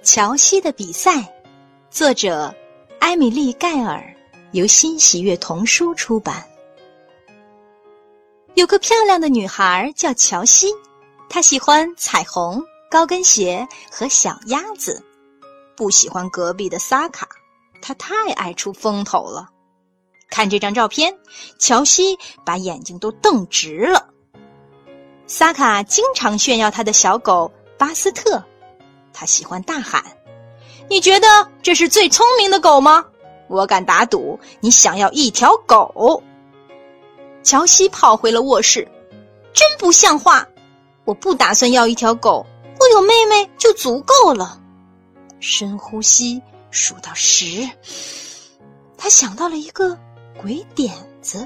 乔西的比赛，作者埃米丽·盖尔，由新喜悦童书出版。有个漂亮的女孩叫乔西，她喜欢彩虹、高跟鞋和小鸭子，不喜欢隔壁的萨卡，她太爱出风头了。看这张照片，乔西把眼睛都瞪直了。萨卡经常炫耀他的小狗巴斯特，他喜欢大喊：你觉得这是最聪明的狗吗？我敢打赌你想要一条狗。乔西跑回了卧室，真不像话，我不打算要一条狗，我有妹妹就足够了。深呼吸，数到10，他想到了一个鬼点子。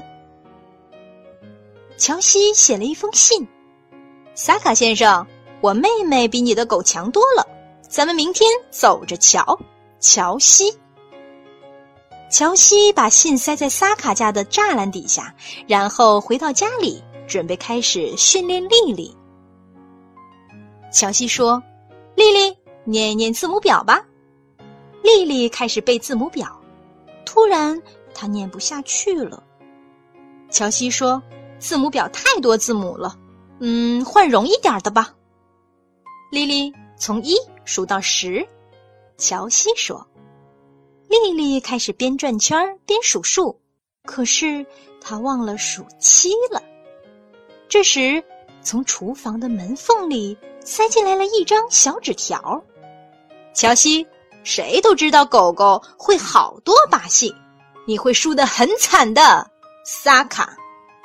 乔西写了一封信：萨卡先生，我妹妹比你的狗强多了，咱们明天走着瞧。乔西。乔西把信塞在萨卡家的栅栏底下，然后回到家里，准备开始训练莉莉。乔西说：莉莉，念一念字母表吧。莉莉开始背字母表，突然她念不下去了。乔西说：字母表太多字母了，换容易点的吧。莉莉从1数到10，乔西说。莉莉开始边转圈边数数，可是她忘了数7了。这时，从厨房的门缝里塞进来了一张小纸条。乔西，谁都知道狗狗会好多把戏，你会输得很惨的，萨卡。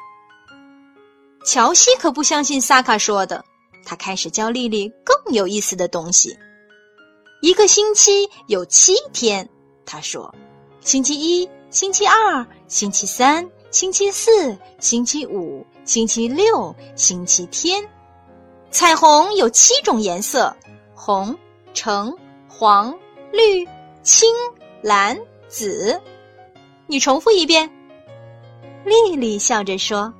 乔西可不相信萨卡说的，他开始教莉莉更有意思的东西。一个星期有7天，他说，星期1、星期2、星期3、星期4、星期5、星期6、星期天。彩虹有7种颜色：红、橙、黄、绿、青、蓝、紫。你重复一遍。莉莉笑着说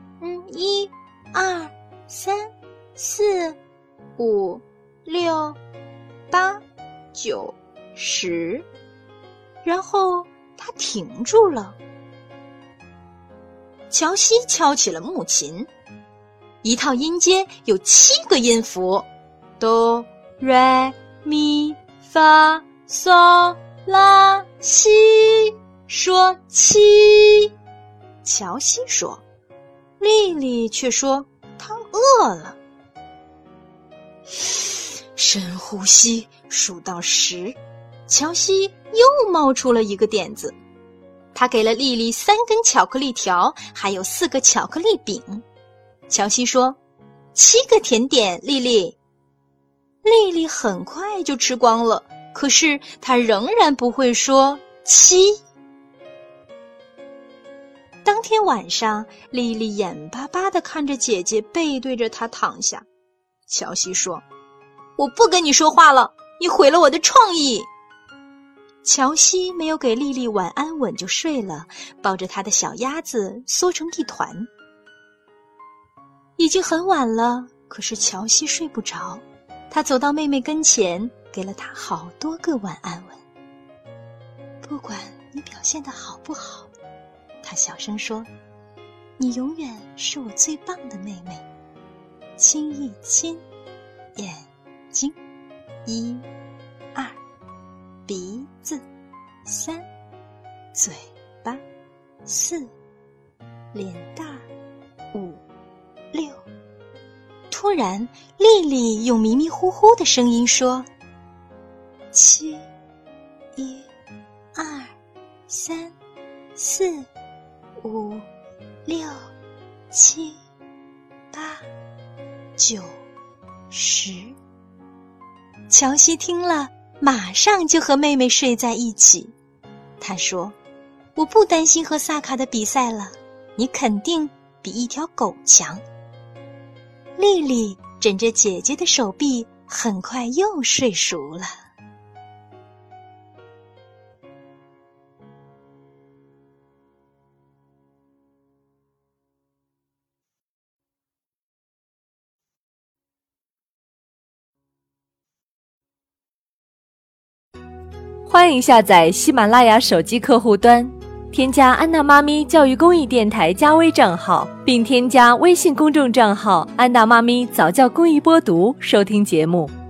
：1、2、3、4、5、6、8、9、10。然后他停住了。乔西敲起了木琴，一套音阶有7个音符：哆、来、咪、发、嗦、拉、西。说7。乔西说，莉莉却说她饿了。深呼吸，数到10，乔西又冒出了一个点子。他给了莉莉3根巧克力条，还有4个巧克力饼。乔西说：7个甜点，莉莉。莉莉很快就吃光了，可是她仍然不会说7。当天晚上，莉莉眼巴巴地看着姐姐背对着她躺下。乔西说：我不跟你说话了，你毁了我的创意。乔西没有给莉莉晚安吻就睡了，抱着她的小鸭子缩成一团。已经很晚了，可是乔西睡不着。他走到妹妹跟前，给了她好多个晚安吻。不管你表现得好不好，他小声说，你永远是我最棒的妹妹。亲一亲，眼睛1、2，鼻子3，嘴巴4，脸蛋5、6。突然，莉莉用迷迷糊糊的声音说：7、1、2、3、4、5、6、7、8、9、10。乔西听了，马上就和妹妹睡在一起。他说：我不担心和萨卡的比赛了，你肯定比一条狗强。莉莉枕着姐姐的手臂，很快又睡熟了。 欢迎下载喜马拉雅手机客户端，添加安娜妈咪教育公益电台加微账号，并添加微信公众账号安娜妈咪早教公益播读收听节目。